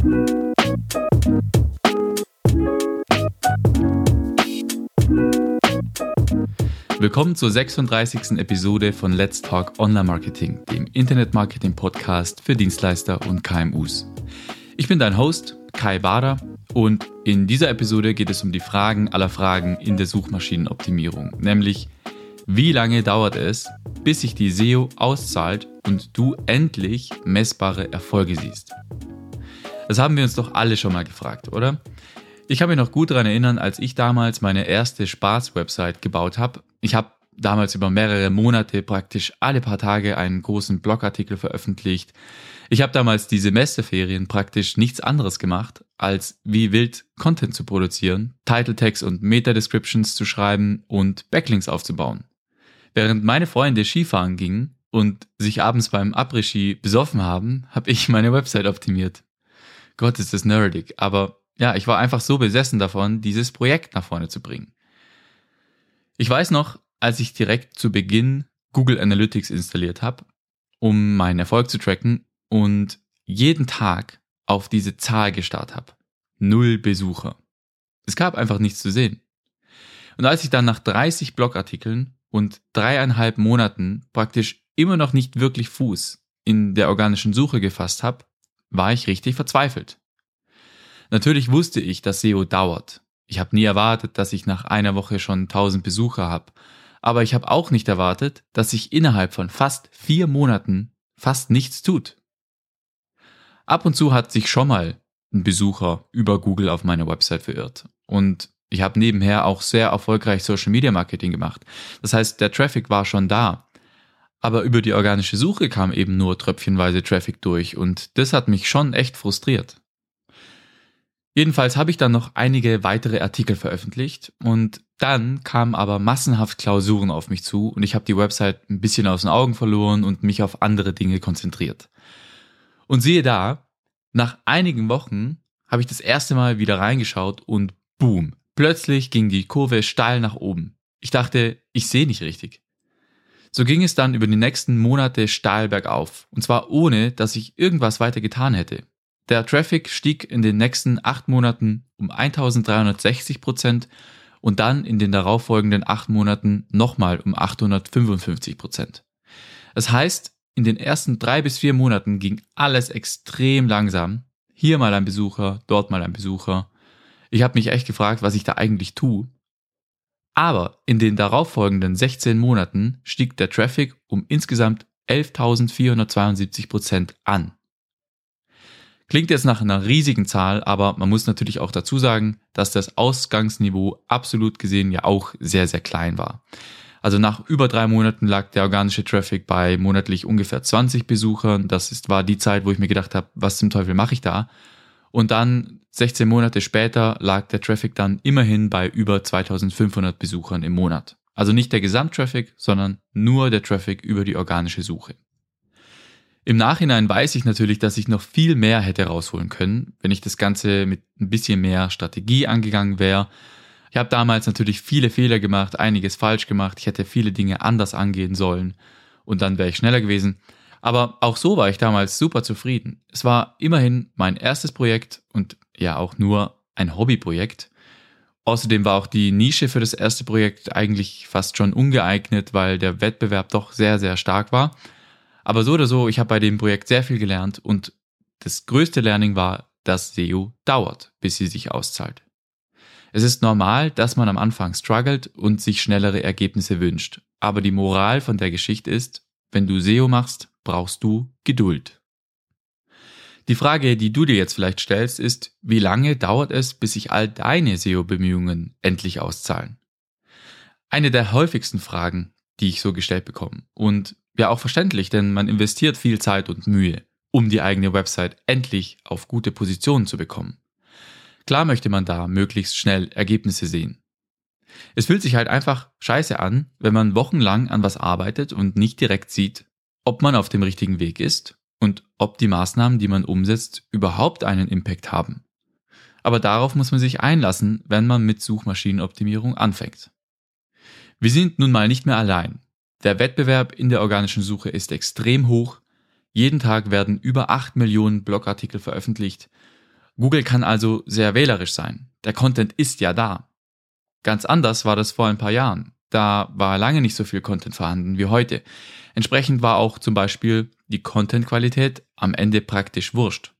Willkommen zur 36. Episode von Let's Talk Online Marketing, dem Internet-Marketing-Podcast für Dienstleister und KMUs. Ich bin dein Host, Kai Bader, und in dieser Episode geht es um die Fragen aller Fragen in der Suchmaschinenoptimierung, nämlich wie lange dauert es, bis sich die SEO auszahlt und du endlich messbare Erfolge siehst? Das haben wir uns doch alle schon mal gefragt, oder? Ich kann mich noch gut daran erinnern, als ich damals meine erste Spaß-Website gebaut habe. Ich habe damals über mehrere Monate praktisch alle paar Tage einen großen Blogartikel veröffentlicht. Ich habe damals diese Semesterferien praktisch nichts anderes gemacht, als wie wild Content zu produzieren, Title Tags und Meta-Descriptions zu schreiben und Backlinks aufzubauen. Während meine Freunde Skifahren gingen und sich abends beim Après-Ski besoffen haben, habe ich meine Website optimiert. Gott, ist das nerdig, aber ja, ich war einfach so besessen davon, dieses Projekt nach vorne zu bringen. Ich weiß noch, als ich direkt zu Beginn Google Analytics installiert habe, um meinen Erfolg zu tracken und jeden Tag auf diese Zahl gestarrt habe. 0 Besucher. Es gab einfach nichts zu sehen. Und als ich dann nach 30 Blogartikeln und 3,5 Monaten praktisch immer noch nicht wirklich Fuß in der organischen Suche gefasst habe, war ich richtig verzweifelt. Natürlich wusste ich, dass SEO dauert. Ich habe nie erwartet, dass ich nach einer Woche schon 1000 Besucher habe. Aber ich habe auch nicht erwartet, dass sich innerhalb von fast 4 Monaten fast nichts tut. Ab und zu hat sich schon mal ein Besucher über Google auf meine Website verirrt. Und ich habe nebenher auch sehr erfolgreich Social Media Marketing gemacht. Das heißt, der Traffic war schon da. Aber über die organische Suche kam eben nur tröpfchenweise Traffic durch und das hat mich schon echt frustriert. Jedenfalls habe ich dann noch einige weitere Artikel veröffentlicht und dann kamen aber massenhaft Klausuren auf mich zu und ich habe die Website ein bisschen aus den Augen verloren und mich auf andere Dinge konzentriert. Und siehe da, nach einigen Wochen habe ich das erste Mal wieder reingeschaut und boom, plötzlich ging die Kurve steil nach oben. Ich dachte, ich sehe nicht richtig. So ging es dann über die nächsten Monate steil bergauf und zwar ohne, dass ich irgendwas weiter getan hätte. Der Traffic stieg in den nächsten 8 Monaten um 1360% und dann in den darauffolgenden 8 Monaten nochmal um 855%. Das heißt, in den ersten 3 bis 4 Monaten ging alles extrem langsam. Hier mal ein Besucher, dort mal ein Besucher. Ich habe mich echt gefragt, was ich da eigentlich tue. Aber in den darauffolgenden 16 Monaten stieg der Traffic um insgesamt 11.472% an. Klingt jetzt nach einer riesigen Zahl, aber man muss natürlich auch dazu sagen, dass das Ausgangsniveau absolut gesehen ja auch sehr, sehr klein war. Also nach über 3 Monaten lag der organische Traffic bei monatlich ungefähr 20 Besuchern. War die Zeit, wo ich mir gedacht habe, was zum Teufel mache ich da? Und dann 16 Monate später lag der Traffic dann immerhin bei über 2500 Besuchern im Monat. Also nicht der Gesamttraffic, sondern nur der Traffic über die organische Suche. Im Nachhinein weiß ich natürlich, dass ich noch viel mehr hätte rausholen können, wenn ich das Ganze mit ein bisschen mehr Strategie angegangen wäre. Ich habe damals natürlich viele Fehler gemacht, einiges falsch gemacht, ich hätte viele Dinge anders angehen sollen und dann wäre ich schneller gewesen. Aber auch so war ich damals super zufrieden. Es war immerhin mein erstes Projekt und ja auch nur ein Hobbyprojekt. Außerdem war auch die Nische für das erste Projekt eigentlich fast schon ungeeignet, weil der Wettbewerb doch sehr, sehr stark war. Aber so oder so, ich habe bei dem Projekt sehr viel gelernt und das größte Learning war, dass SEO dauert, bis sie sich auszahlt. Es ist normal, dass man am Anfang struggelt und sich schnellere Ergebnisse wünscht. Aber die Moral von der Geschichte ist, wenn du SEO machst, brauchst du Geduld. Die Frage, die du dir jetzt vielleicht stellst, ist, wie lange dauert es, bis sich all deine SEO-Bemühungen endlich auszahlen? Eine der häufigsten Fragen, die ich so gestellt bekomme. Und ja, auch verständlich, denn man investiert viel Zeit und Mühe, um die eigene Website endlich auf gute Positionen zu bekommen. Klar möchte man da möglichst schnell Ergebnisse sehen. Es fühlt sich halt einfach scheiße an, wenn man wochenlang an was arbeitet und nicht direkt sieht, ob man auf dem richtigen Weg ist und ob die Maßnahmen, die man umsetzt, überhaupt einen Impact haben. Aber darauf muss man sich einlassen, wenn man mit Suchmaschinenoptimierung anfängt. Wir sind nun mal nicht mehr allein. Der Wettbewerb in der organischen Suche ist extrem hoch. Jeden Tag werden über 8 Millionen Blogartikel veröffentlicht Google kann also sehr wählerisch sein. Der Content ist ja da. Ganz anders war das vor ein paar Jahren. Da war lange nicht so viel Content vorhanden wie heute. Entsprechend war auch zum Beispiel die Content-Qualität am Ende praktisch wurscht.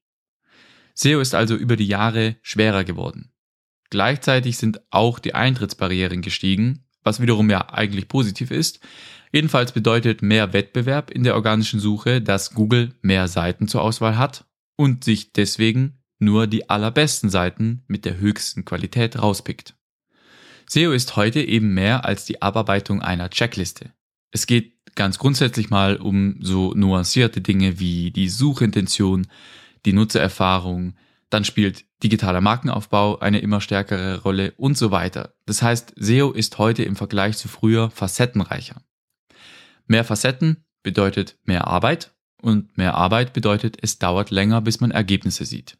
SEO ist also über die Jahre schwerer geworden. Gleichzeitig sind auch die Eintrittsbarrieren gestiegen, was wiederum ja eigentlich positiv ist. Jedenfalls bedeutet mehr Wettbewerb in der organischen Suche, dass Google mehr Seiten zur Auswahl hat und sich deswegen nur die allerbesten Seiten mit der höchsten Qualität rauspickt. SEO ist heute eben mehr als die Abarbeitung einer Checkliste. Es geht ganz grundsätzlich mal um so nuancierte Dinge wie die Suchintention, die Nutzererfahrung, dann spielt digitaler Markenaufbau eine immer stärkere Rolle und so weiter. Das heißt, SEO ist heute im Vergleich zu früher facettenreicher. Mehr Facetten bedeutet mehr Arbeit und mehr Arbeit bedeutet, es dauert länger, bis man Ergebnisse sieht.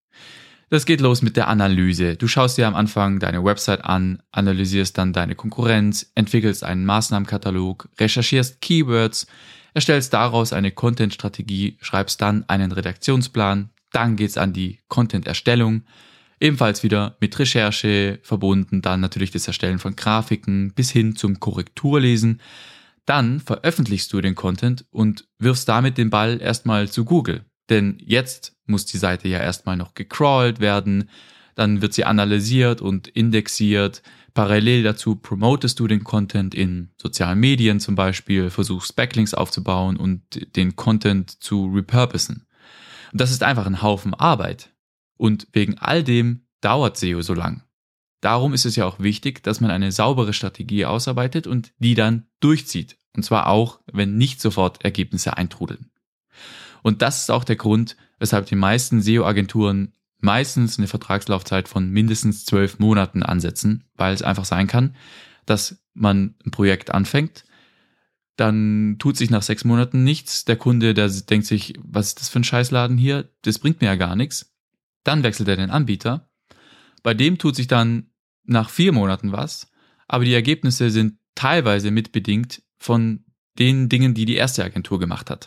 Das geht los mit der Analyse. Du schaust dir am Anfang deine Website an, analysierst dann deine Konkurrenz, entwickelst einen Maßnahmenkatalog, recherchierst Keywords, erstellst daraus eine Content-Strategie, schreibst dann einen Redaktionsplan, dann geht's an die Content-Erstellung, ebenfalls wieder mit Recherche verbunden, dann natürlich das Erstellen von Grafiken bis hin zum Korrekturlesen. Dann veröffentlichst du den Content und wirfst damit den Ball erstmal zu Google. Denn jetzt muss die Seite ja erstmal noch gecrawlt werden, dann wird sie analysiert und indexiert. Parallel dazu promotest du den Content in sozialen Medien zum Beispiel, versuchst Backlinks aufzubauen und den Content zu repurposen. Und das ist einfach ein Haufen Arbeit. Und wegen all dem dauert SEO so lang. Darum ist es ja auch wichtig, dass man eine saubere Strategie ausarbeitet und die dann durchzieht. Und zwar auch, wenn nicht sofort Ergebnisse eintrudeln. Und das ist auch der Grund, weshalb die meisten SEO-Agenturen meistens eine Vertragslaufzeit von mindestens 12 Monaten ansetzen, weil es einfach sein kann, dass man ein Projekt anfängt, dann tut sich nach 6 Monaten nichts, der Kunde, der denkt sich, was ist das für ein Scheißladen hier, das bringt mir ja gar nichts, dann wechselt er den Anbieter, bei dem tut sich dann nach 4 Monaten was, aber die Ergebnisse sind teilweise mitbedingt von den Dingen, die die erste Agentur gemacht hat.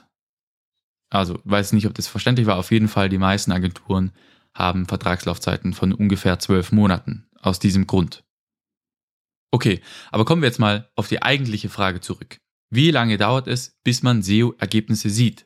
Also, weiß nicht, ob das verständlich war. Auf jeden Fall, die meisten Agenturen haben Vertragslaufzeiten von ungefähr 12 Monaten. Aus diesem Grund. Okay, aber kommen wir jetzt mal auf die eigentliche Frage zurück. Wie lange dauert es, bis man SEO-Ergebnisse sieht?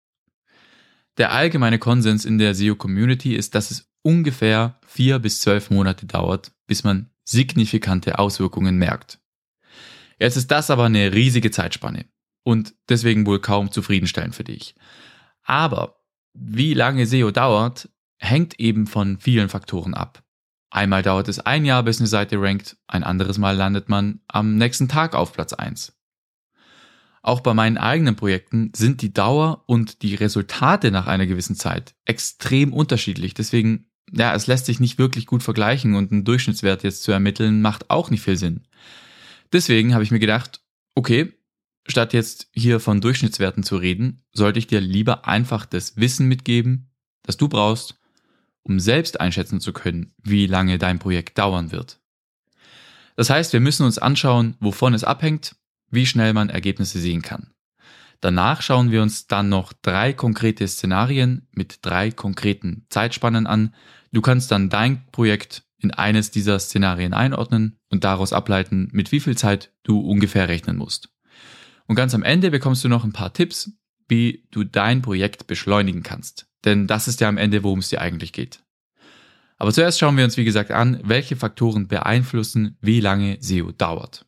Der allgemeine Konsens in der SEO-Community ist, dass es ungefähr 4 bis 12 Monate dauert, bis man signifikante Auswirkungen merkt. Jetzt ist das aber eine riesige Zeitspanne und deswegen wohl kaum zufriedenstellend für dich. Aber wie lange SEO dauert, hängt eben von vielen Faktoren ab. Einmal dauert es 1 Jahr, bis eine Seite rankt, ein anderes Mal landet man am nächsten Tag auf Platz 1. Auch bei meinen eigenen Projekten sind die Dauer und die Resultate nach einer gewissen Zeit extrem unterschiedlich. Deswegen, ja, es lässt sich nicht wirklich gut vergleichen und einen Durchschnittswert jetzt zu ermitteln, macht auch nicht viel Sinn. Deswegen habe ich mir gedacht, okay, statt jetzt hier von Durchschnittswerten zu reden, sollte ich dir lieber einfach das Wissen mitgeben, das du brauchst, um selbst einschätzen zu können, wie lange dein Projekt dauern wird. Das heißt, wir müssen uns anschauen, wovon es abhängt, wie schnell man Ergebnisse sehen kann. Danach schauen wir uns dann noch 3 konkrete Szenarien mit 3 konkreten Zeitspannen an. Du kannst dann dein Projekt in eines dieser Szenarien einordnen und daraus ableiten, mit wie viel Zeit du ungefähr rechnen musst. Und ganz am Ende bekommst du noch ein paar Tipps, wie du dein Projekt beschleunigen kannst. Denn das ist ja am Ende, worum es dir eigentlich geht. Aber zuerst schauen wir uns, wie gesagt, an, welche Faktoren beeinflussen, wie lange SEO dauert.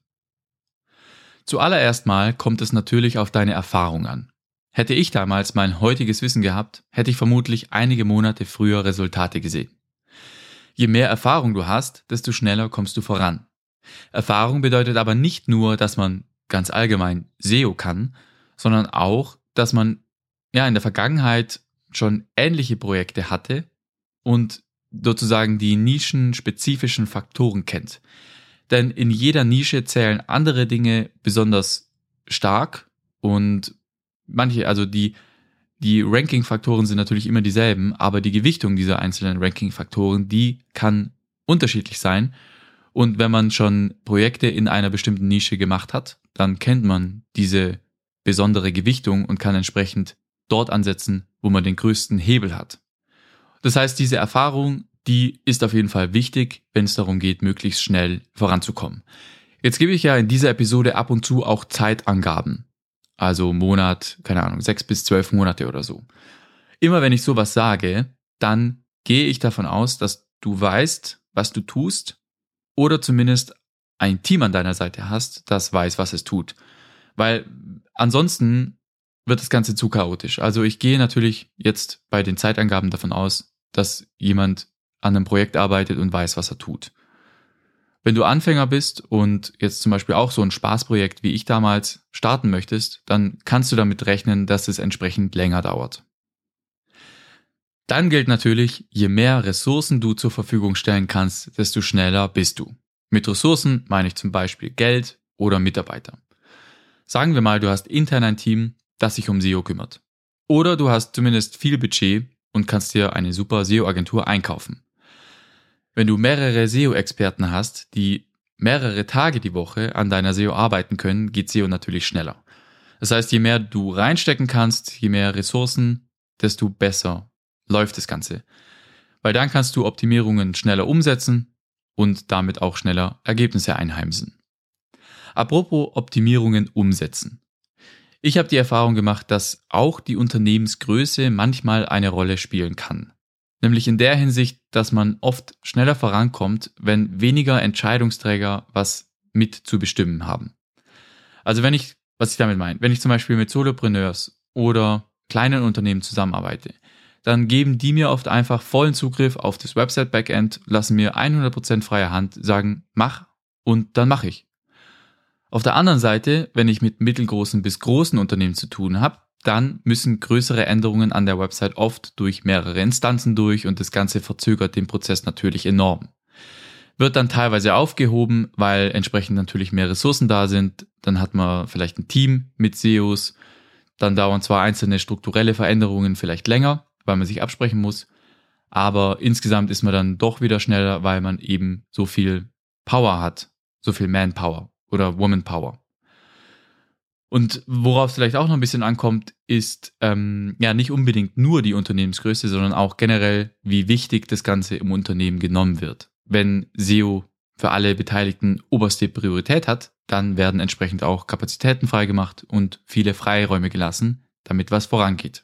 Zuallererst mal kommt es natürlich auf deine Erfahrung an. Hätte ich damals mein heutiges Wissen gehabt, hätte ich vermutlich einige Monate früher Resultate gesehen. Je mehr Erfahrung du hast, desto schneller kommst du voran. Erfahrung bedeutet aber nicht nur, dass man ganz allgemein SEO kann, sondern auch, dass man ja in der Vergangenheit schon ähnliche Projekte hatte und sozusagen die nischenspezifischen Faktoren kennt. Denn in jeder Nische zählen andere Dinge besonders stark und manche, also die Ranking-Faktoren sind natürlich immer dieselben, aber die Gewichtung dieser einzelnen Ranking-Faktoren, die kann unterschiedlich sein. Und wenn man schon Projekte in einer bestimmten Nische gemacht hat, dann kennt man diese besondere Gewichtung und kann entsprechend dort ansetzen, wo man den größten Hebel hat. Das heißt, diese Erfahrung, die ist auf jeden Fall wichtig, wenn es darum geht, möglichst schnell voranzukommen. Jetzt gebe ich ja in dieser Episode ab und zu auch Zeitangaben. Also Monat, 6 bis 12 Monate oder so. Immer wenn ich sowas sage, dann gehe ich davon aus, dass du weißt, was du tust oder zumindest ein Team an deiner Seite hast, das weiß, was es tut. Weil ansonsten wird das Ganze zu chaotisch. Also ich gehe natürlich jetzt bei den Zeitangaben davon aus, dass jemand an einem Projekt arbeitet und weiß, was er tut. Wenn du Anfänger bist und jetzt zum Beispiel auch so ein Spaßprojekt wie ich damals starten möchtest, dann kannst du damit rechnen, dass es entsprechend länger dauert. Dann gilt natürlich, je mehr Ressourcen du zur Verfügung stellen kannst, desto schneller bist du. Mit Ressourcen meine ich zum Beispiel Geld oder Mitarbeiter. Sagen wir mal, du hast intern ein Team, das sich um SEO kümmert. Oder du hast zumindest viel Budget und kannst dir eine super SEO-Agentur einkaufen. Wenn du mehrere SEO-Experten hast, die mehrere Tage die Woche an deiner SEO arbeiten können, geht SEO natürlich schneller. Das heißt, je mehr du reinstecken kannst, je mehr Ressourcen, desto besser läuft das Ganze. Weil dann kannst du Optimierungen schneller umsetzen und damit auch schneller Ergebnisse einheimsen. Apropos Optimierungen umsetzen. Ich habe die Erfahrung gemacht, dass auch die Unternehmensgröße manchmal eine Rolle spielen kann. Nämlich in der Hinsicht, dass man oft schneller vorankommt, wenn weniger Entscheidungsträger was mit zu bestimmen haben. Also was ich damit meine, wenn ich zum Beispiel mit Solopreneurs oder kleinen Unternehmen zusammenarbeite, dann geben die mir oft einfach vollen Zugriff auf das Website-Backend, lassen mir 100% freie Hand, sagen, mach und dann mache ich. Auf der anderen Seite, wenn ich mit mittelgroßen bis großen Unternehmen zu tun habe, dann müssen größere Änderungen an der Website oft durch mehrere Instanzen durch und das Ganze verzögert den Prozess natürlich enorm. Wird dann teilweise aufgehoben, weil entsprechend natürlich mehr Ressourcen da sind, dann hat man vielleicht ein Team mit SEOs, dann dauern zwar einzelne strukturelle Veränderungen vielleicht länger, weil man sich absprechen muss, aber insgesamt ist man dann doch wieder schneller, weil man eben so viel Power hat, so viel Manpower oder Womanpower. Und worauf es vielleicht auch noch ein bisschen ankommt, ist nicht unbedingt nur die Unternehmensgröße, sondern auch generell, wie wichtig das Ganze im Unternehmen genommen wird. Wenn SEO für alle Beteiligten oberste Priorität hat, dann werden entsprechend auch Kapazitäten freigemacht und viele Freiräume gelassen, damit was vorangeht.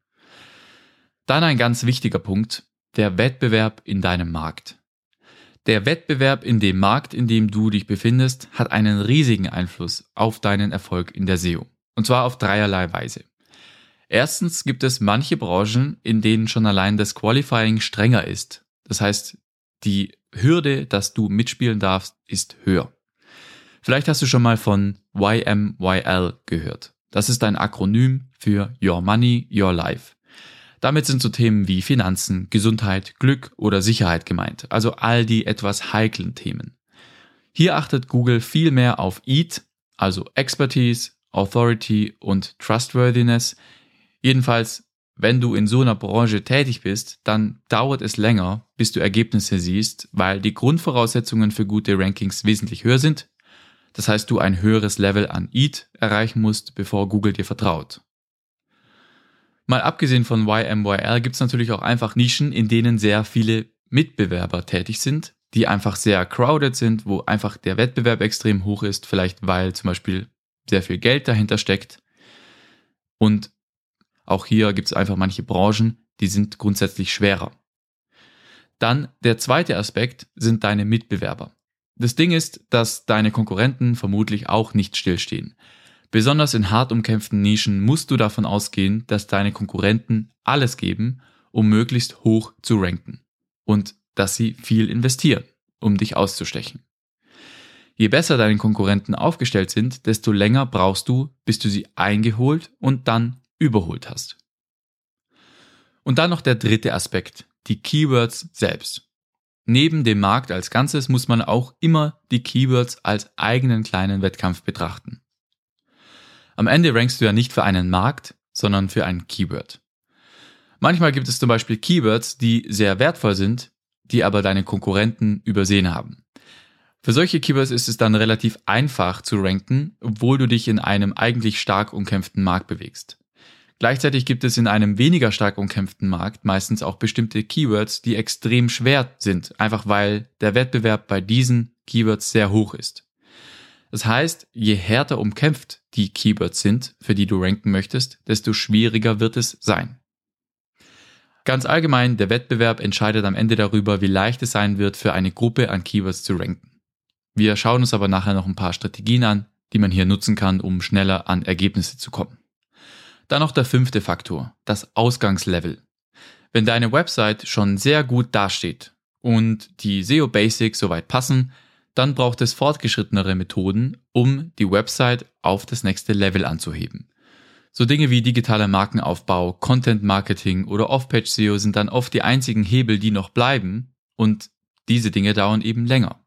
Dann ein ganz wichtiger Punkt, der Wettbewerb in deinem Markt. Der Wettbewerb in dem Markt, in dem du dich befindest, hat einen riesigen Einfluss auf deinen Erfolg in der SEO. Und zwar auf dreierlei Weise. Erstens gibt es manche Branchen, in denen schon allein das Qualifying strenger ist. Das heißt, die Hürde, dass du mitspielen darfst, ist höher. Vielleicht hast du schon mal von YMYL gehört. Das ist ein Akronym für Your Money, Your Life. Damit sind so Themen wie Finanzen, Gesundheit, Glück oder Sicherheit gemeint, also all die etwas heiklen Themen. Hier achtet Google viel mehr auf EAT, also Expertise, Authority und Trustworthiness. Jedenfalls, wenn du in so einer Branche tätig bist, dann dauert es länger, bis du Ergebnisse siehst, weil die Grundvoraussetzungen für gute Rankings wesentlich höher sind. Das heißt, du ein höheres Level an EAT erreichen musst, bevor Google dir vertraut. Mal abgesehen von YMYL gibt es natürlich auch einfach Nischen, in denen sehr viele Mitbewerber tätig sind, die einfach sehr crowded sind, wo einfach der Wettbewerb extrem hoch ist, vielleicht weil zum Beispiel sehr viel Geld dahinter steckt. Und auch hier gibt es einfach manche Branchen, die sind grundsätzlich schwerer. Dann der zweite Aspekt sind deine Mitbewerber. Das Ding ist, dass deine Konkurrenten vermutlich auch nicht stillstehen. Besonders in hart umkämpften Nischen musst du davon ausgehen, dass deine Konkurrenten alles geben, um möglichst hoch zu ranken und dass sie viel investieren, um dich auszustechen. Je besser deine Konkurrenten aufgestellt sind, desto länger brauchst du, bis du sie eingeholt und dann überholt hast. Und dann noch der dritte Aspekt, die Keywords selbst. Neben dem Markt als Ganzes muss man auch immer die Keywords als eigenen kleinen Wettkampf betrachten. Am Ende rankst du ja nicht für einen Markt, sondern für ein Keyword. Manchmal gibt es zum Beispiel Keywords, die sehr wertvoll sind, die aber deine Konkurrenten übersehen haben. Für solche Keywords ist es dann relativ einfach zu ranken, obwohl du dich in einem eigentlich stark umkämpften Markt bewegst. Gleichzeitig gibt es in einem weniger stark umkämpften Markt meistens auch bestimmte Keywords, die extrem schwer sind, einfach weil der Wettbewerb bei diesen Keywords sehr hoch ist. Das heißt, je härter umkämpft die Keywords sind, für die du ranken möchtest, desto schwieriger wird es sein. Ganz allgemein, der Wettbewerb entscheidet am Ende darüber, wie leicht es sein wird, für eine Gruppe an Keywords zu ranken. Wir schauen uns aber nachher noch ein paar Strategien an, die man hier nutzen kann, um schneller an Ergebnisse zu kommen. Dann noch der 5. Faktor, das Ausgangslevel. Wenn deine Website schon sehr gut dasteht und die SEO-Basics soweit passen, dann braucht es fortgeschrittenere Methoden, um die Website auf das nächste Level anzuheben. So Dinge wie digitaler Markenaufbau, Content Marketing oder Off-Page-SEO sind dann oft die einzigen Hebel, die noch bleiben, und diese Dinge dauern eben länger.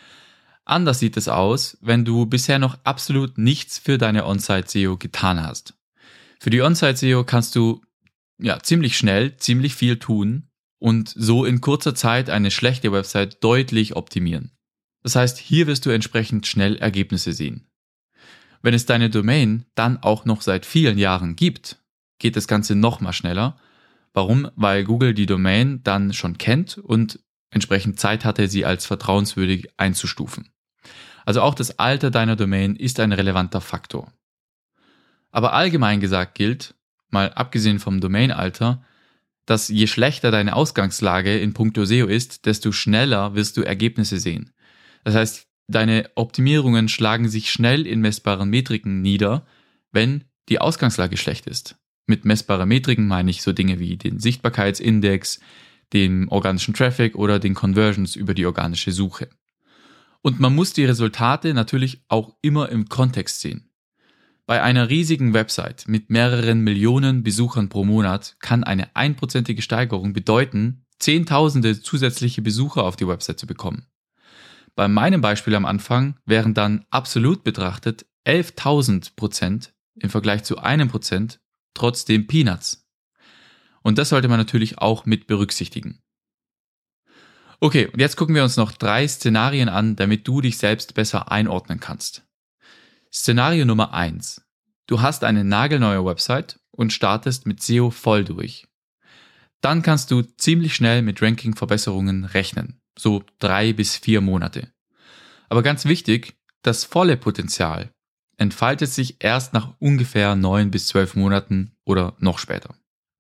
Anders sieht es aus, wenn du bisher noch absolut nichts für deine On-Site-SEO getan hast. Für die On-Site-SEO kannst du ziemlich schnell, ziemlich viel tun und so in kurzer Zeit eine schlechte Website deutlich optimieren. Das heißt, hier wirst du entsprechend schnell Ergebnisse sehen. Wenn es deine Domain dann auch noch seit vielen Jahren gibt, geht das Ganze noch mal schneller. Warum? Weil Google die Domain dann schon kennt und entsprechend Zeit hatte, sie als vertrauenswürdig einzustufen. Also auch das Alter deiner Domain ist ein relevanter Faktor. Aber allgemein gesagt gilt, mal abgesehen vom Domainalter, dass je schlechter deine Ausgangslage in puncto SEO ist, desto schneller wirst du Ergebnisse sehen. Das heißt, deine Optimierungen schlagen sich schnell in messbaren Metriken nieder, wenn die Ausgangslage schlecht ist. Mit messbaren Metriken meine ich so Dinge wie den Sichtbarkeitsindex, den organischen Traffic oder den Conversions über die organische Suche. Und man muss die Resultate natürlich auch immer im Kontext sehen. Bei einer riesigen Website mit mehreren Millionen Besuchern pro Monat kann eine 1%ige Steigerung bedeuten, Zehntausende zusätzliche Besucher auf die Website zu bekommen. Bei meinem Beispiel am Anfang wären dann absolut betrachtet 11.000% im Vergleich zu 1% trotzdem Peanuts. Und das sollte man natürlich auch mit berücksichtigen. Okay, und jetzt gucken wir uns noch 3 Szenarien an, damit du dich selbst besser einordnen kannst. Szenario Nummer 1. Du hast eine nagelneue Website und startest mit SEO voll durch. Dann kannst du ziemlich schnell mit Ranking-Verbesserungen rechnen. So 3 bis 4 Monate. Aber ganz wichtig, das volle Potenzial entfaltet sich erst nach ungefähr 9 bis 12 Monaten oder noch später.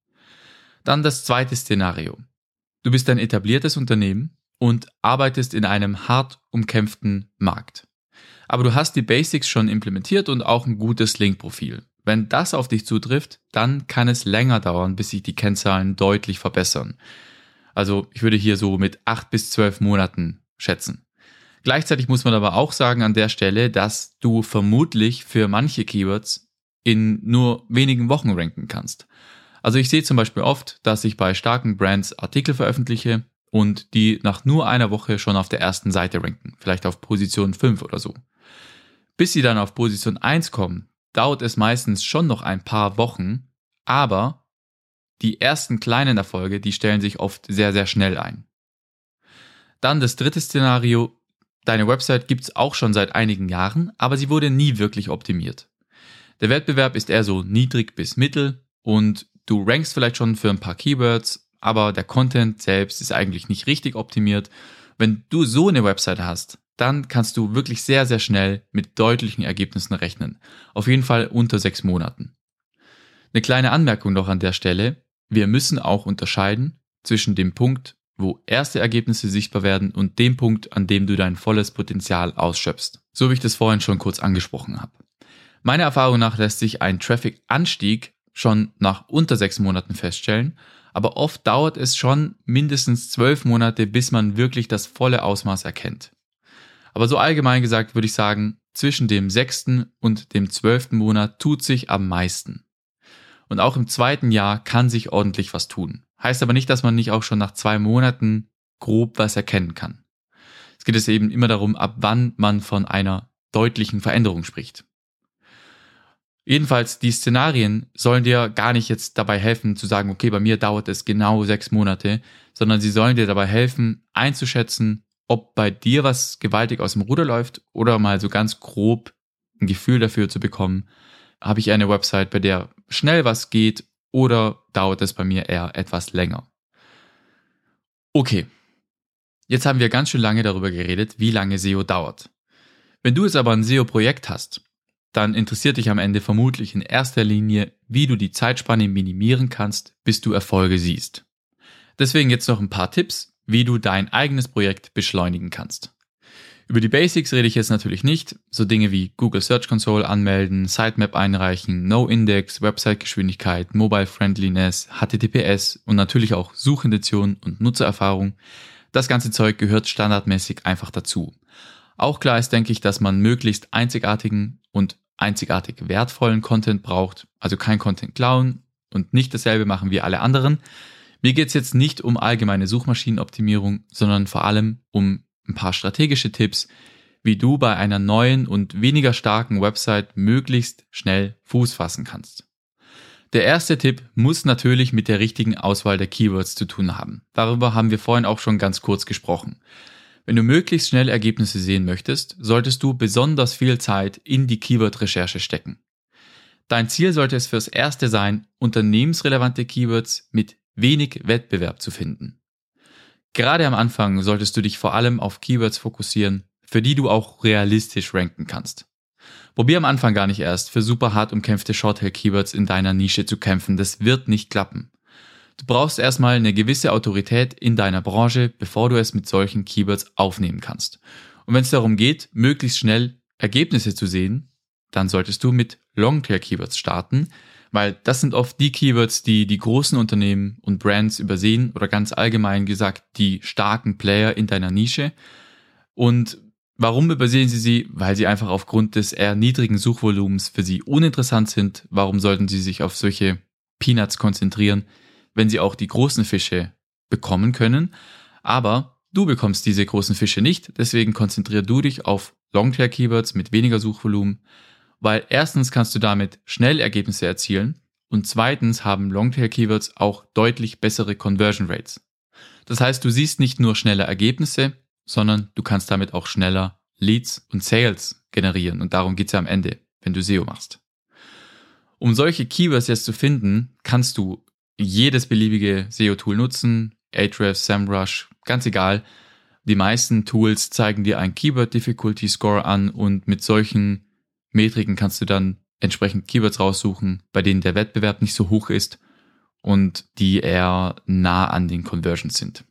Dann das 2. Szenario. Du bist ein etabliertes Unternehmen und arbeitest in einem hart umkämpften Markt. Aber du hast die Basics schon implementiert und auch ein gutes Link-Profil. Wenn das auf dich zutrifft, dann kann es länger dauern, bis sich die Kennzahlen deutlich verbessern. Also ich würde hier so mit 8 bis 12 Monaten schätzen. Gleichzeitig muss man aber auch sagen an der Stelle, dass du vermutlich für manche Keywords in nur wenigen Wochen ranken kannst. Also ich sehe zum Beispiel oft, dass ich bei starken Brands Artikel veröffentliche und die nach nur einer Woche schon auf der ersten Seite ranken, vielleicht auf Position 5 oder so. Bis sie dann auf Position 1 kommen, dauert es meistens schon noch ein paar Wochen, aber die ersten kleinen Erfolge, die stellen sich oft sehr, sehr schnell ein. Dann das 3. Szenario. Deine Website gibt es auch schon seit einigen Jahren, aber sie wurde nie wirklich optimiert. Der Wettbewerb ist eher so niedrig bis mittel und du rankst vielleicht schon für ein paar Keywords, aber der Content selbst ist eigentlich nicht richtig optimiert. Wenn du so eine Website hast, dann kannst du wirklich sehr, sehr schnell mit deutlichen Ergebnissen rechnen. Auf jeden Fall unter 6 Monaten. Eine kleine Anmerkung noch an der Stelle. Wir müssen auch unterscheiden zwischen dem Punkt, wo erste Ergebnisse sichtbar werden und dem Punkt, an dem du dein volles Potenzial ausschöpfst. So wie ich das vorhin schon kurz angesprochen habe. Meiner Erfahrung nach lässt sich ein Traffic-Anstieg schon nach unter 6 Monaten feststellen, aber oft dauert es schon mindestens 12 Monate, bis man wirklich das volle Ausmaß erkennt. Aber so allgemein gesagt würde ich sagen, zwischen dem 6. und dem 12. Monat tut sich am meisten. Und auch im 2. Jahr kann sich ordentlich was tun. Heißt aber nicht, dass man nicht auch schon nach 2 Monaten grob was erkennen kann. Es geht jetzt eben immer darum, ab wann man von einer deutlichen Veränderung spricht. Jedenfalls, die Szenarien sollen dir gar nicht jetzt dabei helfen zu sagen, okay, bei mir dauert es genau 6 Monate, sondern sie sollen dir dabei helfen, einzuschätzen, ob bei dir was gewaltig aus dem Ruder läuft oder mal so ganz grob ein Gefühl dafür zu bekommen, Habe ich eine Website, bei der schnell was geht, oder dauert es bei mir eher etwas länger? Okay, jetzt haben wir ganz schön lange darüber geredet, wie lange SEO dauert. Wenn du jetzt aber ein SEO-Projekt hast, dann interessiert dich am Ende vermutlich in erster Linie, wie du die Zeitspanne minimieren kannst, bis du Erfolge siehst. Deswegen jetzt noch ein paar Tipps, wie du dein eigenes Projekt beschleunigen kannst. Über die Basics rede ich jetzt natürlich nicht, so Dinge wie Google Search Console anmelden, Sitemap einreichen, No-Index, Website-Geschwindigkeit, Mobile-Friendliness, HTTPS und natürlich auch Suchintention und Nutzererfahrung. Das ganze Zeug gehört standardmäßig einfach dazu. Auch klar ist, denke ich, dass man möglichst einzigartigen und einzigartig wertvollen Content braucht, also kein Content klauen und nicht dasselbe machen wie alle anderen. Mir geht es jetzt nicht um allgemeine Suchmaschinenoptimierung, sondern vor allem um ein paar strategische Tipps, wie du bei einer neuen und weniger starken Website möglichst schnell Fuß fassen kannst. Der erste Tipp muss natürlich mit der richtigen Auswahl der Keywords zu tun haben. Darüber haben wir vorhin auch schon ganz kurz gesprochen. Wenn du möglichst schnell Ergebnisse sehen möchtest, solltest du besonders viel Zeit in die Keyword-Recherche stecken. Dein Ziel sollte es fürs Erste sein, unternehmensrelevante Keywords mit wenig Wettbewerb zu finden. Gerade am Anfang solltest du dich vor allem auf Keywords fokussieren, für die du auch realistisch ranken kannst. Probier am Anfang gar nicht erst für super hart umkämpfte Shorttail-Keywords in deiner Nische zu kämpfen, das wird nicht klappen. Du brauchst erstmal eine gewisse Autorität in deiner Branche, bevor du es mit solchen Keywords aufnehmen kannst. Und wenn es darum geht, möglichst schnell Ergebnisse zu sehen, dann solltest du mit Longtail-Keywords starten, weil das sind oft die Keywords, die die großen Unternehmen und Brands übersehen oder ganz allgemein gesagt die starken Player in deiner Nische. Und warum übersehen sie? Weil sie einfach aufgrund des eher niedrigen Suchvolumens für sie uninteressant sind. Warum sollten sie sich auf solche Peanuts konzentrieren, wenn sie auch die großen Fische bekommen können? Aber du bekommst diese großen Fische nicht, deswegen konzentrier du dich auf Longtail-Keywords mit weniger Suchvolumen, weil erstens kannst du damit schnell Ergebnisse erzielen und zweitens haben Longtail-Keywords auch deutlich bessere Conversion Rates. Das heißt, du siehst nicht nur schneller Ergebnisse, sondern du kannst damit auch schneller Leads und Sales generieren und darum geht's ja am Ende, wenn du SEO machst. Um solche Keywords jetzt zu finden, kannst du jedes beliebige SEO-Tool nutzen, Ahrefs, SEMrush, ganz egal. Die meisten Tools zeigen dir einen Keyword Difficulty Score an und mit solchen Metriken kannst du dann entsprechend Keywords raussuchen, bei denen der Wettbewerb nicht so hoch ist und die eher nah an den Conversions sind.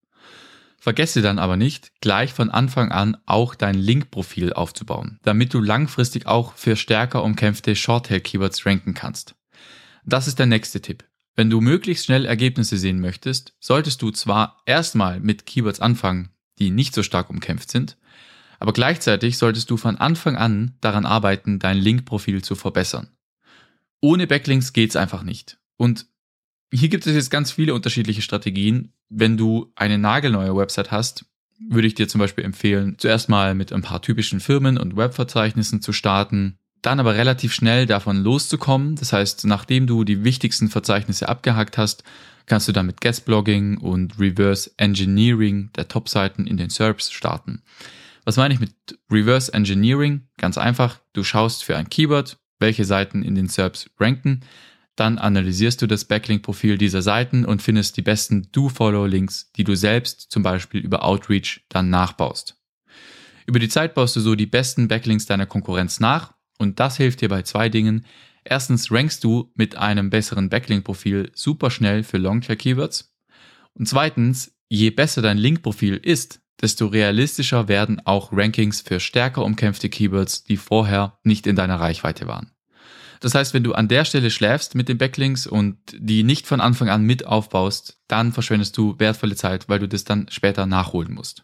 Vergesse dann aber nicht, gleich von Anfang an auch dein Link-Profil aufzubauen, damit du langfristig auch für stärker umkämpfte Shorttail-Keywords ranken kannst. Das ist der nächste Tipp. Wenn du möglichst schnell Ergebnisse sehen möchtest, solltest du zwar erstmal mit Keywords anfangen, die nicht so stark umkämpft sind, aber gleichzeitig solltest du von Anfang an daran arbeiten, dein Link-Profil zu verbessern. Ohne Backlinks geht's einfach nicht. Und hier gibt es jetzt ganz viele unterschiedliche Strategien. Wenn du eine nagelneue Website hast, würde ich dir zum Beispiel empfehlen, zuerst mal mit ein paar typischen Firmen- und Webverzeichnissen zu starten, dann aber relativ schnell davon loszukommen. Das heißt, nachdem du die wichtigsten Verzeichnisse abgehakt hast, kannst du dann mit Guest-Blogging und Reverse Engineering der Top-Seiten in den SERPs starten. Was meine ich mit Reverse Engineering? Ganz einfach, du schaust für ein Keyword, welche Seiten in den SERPs ranken, dann analysierst du das Backlink-Profil dieser Seiten und findest die besten Do-Follow-Links, die du selbst zum Beispiel über Outreach dann nachbaust. Über die Zeit baust du so die besten Backlinks deiner Konkurrenz nach und das hilft dir bei zwei Dingen. Erstens rankst du mit einem besseren Backlink-Profil super schnell für Longtail-Keywords und zweitens, je besser dein Link-Profil ist, desto realistischer werden auch Rankings für stärker umkämpfte Keywords, die vorher nicht in deiner Reichweite waren. Das heißt, wenn du an der Stelle schläfst mit den Backlinks und die nicht von Anfang an mit aufbaust, dann verschwendest du wertvolle Zeit, weil du das dann später nachholen musst.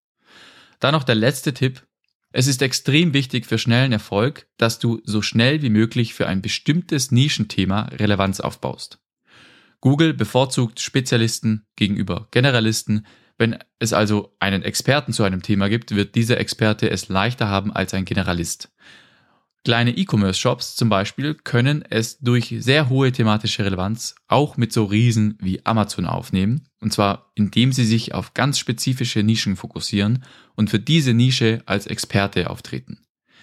Dann noch der letzte Tipp. Es ist extrem wichtig für schnellen Erfolg, dass du so schnell wie möglich für ein bestimmtes Nischenthema Relevanz aufbaust. Google bevorzugt Spezialisten gegenüber Generalisten. Wenn es also einen Experten zu einem Thema gibt, wird dieser Experte es leichter haben als ein Generalist. Kleine E-Commerce-Shops zum Beispiel können es durch sehr hohe thematische Relevanz auch mit so Riesen wie Amazon aufnehmen, und zwar indem sie sich auf ganz spezifische Nischen fokussieren und für diese Nische als Experte auftreten.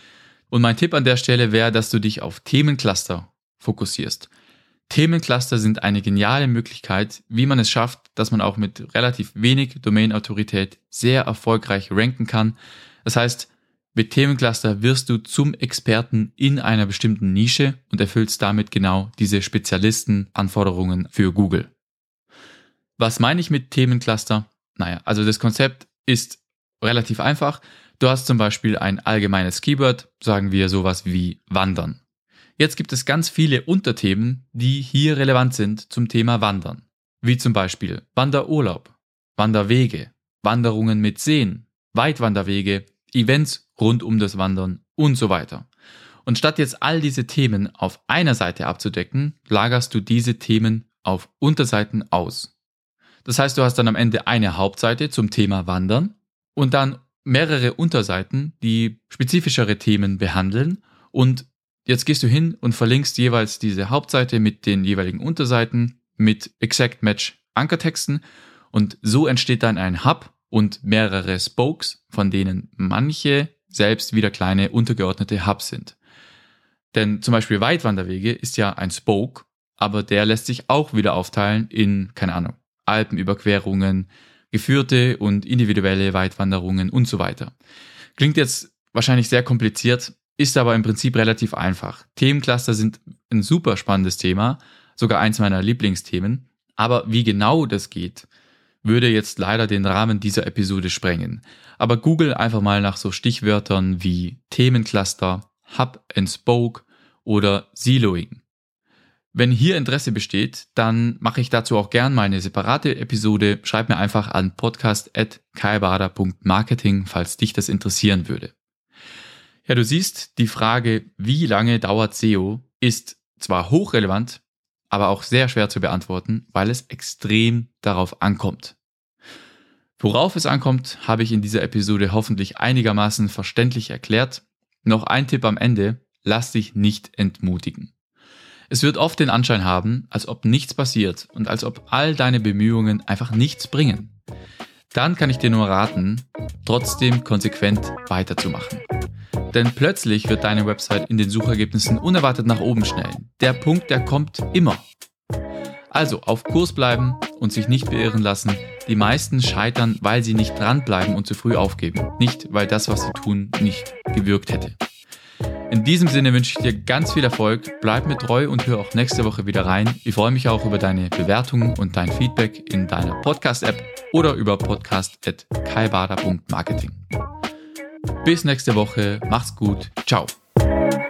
Und mein Tipp an der Stelle wäre, dass du dich auf Themencluster fokussierst. Themencluster sind eine geniale Möglichkeit, wie man es schafft, dass man auch mit relativ wenig Domain-Autorität sehr erfolgreich ranken kann. Das heißt, mit Themencluster wirst du zum Experten in einer bestimmten Nische und erfüllst damit genau diese Spezialistenanforderungen für Google. Was meine ich mit Themencluster? Also das Konzept ist relativ einfach. Du hast zum Beispiel ein allgemeines Keyword, sagen wir sowas wie Wandern. Jetzt gibt es ganz viele Unterthemen, die hier relevant sind zum Thema Wandern. Wie zum Beispiel Wanderurlaub, Wanderwege, Wanderungen mit Seen, Weitwanderwege, Events rund um das Wandern und so weiter. Und statt jetzt all diese Themen auf einer Seite abzudecken, lagerst du diese Themen auf Unterseiten aus. Das heißt, du hast dann am Ende eine Hauptseite zum Thema Wandern und dann mehrere Unterseiten, die spezifischere Themen behandeln, und jetzt gehst du hin und verlinkst jeweils diese Hauptseite mit den jeweiligen Unterseiten mit Exact Match Ankertexten, und so entsteht dann ein Hub und mehrere Spokes, von denen manche selbst wieder kleine untergeordnete Hubs sind. Denn zum Beispiel Weitwanderwege ist ja ein Spoke, aber der lässt sich auch wieder aufteilen in, Alpenüberquerungen, geführte und individuelle Weitwanderungen und so weiter. Klingt jetzt wahrscheinlich sehr kompliziert, ist aber im Prinzip relativ einfach. Themencluster sind ein super spannendes Thema, sogar eins meiner Lieblingsthemen, aber wie genau das geht, würde jetzt leider den Rahmen dieser Episode sprengen. Aber google einfach mal nach so Stichwörtern wie Themencluster, Hub and Spoke oder Siloing. Wenn hier Interesse besteht, dann mache ich dazu auch gern mal eine separate Episode. Schreib mir einfach an podcast@kaibader.marketing, falls dich das interessieren würde. Ja, du siehst, die Frage, wie lange dauert SEO, ist zwar hochrelevant, aber auch sehr schwer zu beantworten, weil es extrem darauf ankommt. Worauf es ankommt, habe ich in dieser Episode hoffentlich einigermaßen verständlich erklärt. Noch ein Tipp am Ende: Lass dich nicht entmutigen. Es wird oft den Anschein haben, als ob nichts passiert und als ob all deine Bemühungen einfach nichts bringen. Dann kann ich dir nur raten, trotzdem konsequent weiterzumachen. Denn plötzlich wird deine Website in den Suchergebnissen unerwartet nach oben schnellen. Der Punkt, der kommt immer. Also auf Kurs bleiben und sich nicht beirren lassen. Die meisten scheitern, weil sie nicht dranbleiben und zu früh aufgeben. Nicht, weil das, was sie tun, nicht gewirkt hätte. In diesem Sinne wünsche ich dir ganz viel Erfolg, bleib mir treu und hör auch nächste Woche wieder rein. Ich freue mich auch über deine Bewertungen und dein Feedback in deiner Podcast-App oder über podcast@kaibader.marketing. Bis nächste Woche, mach's gut, ciao.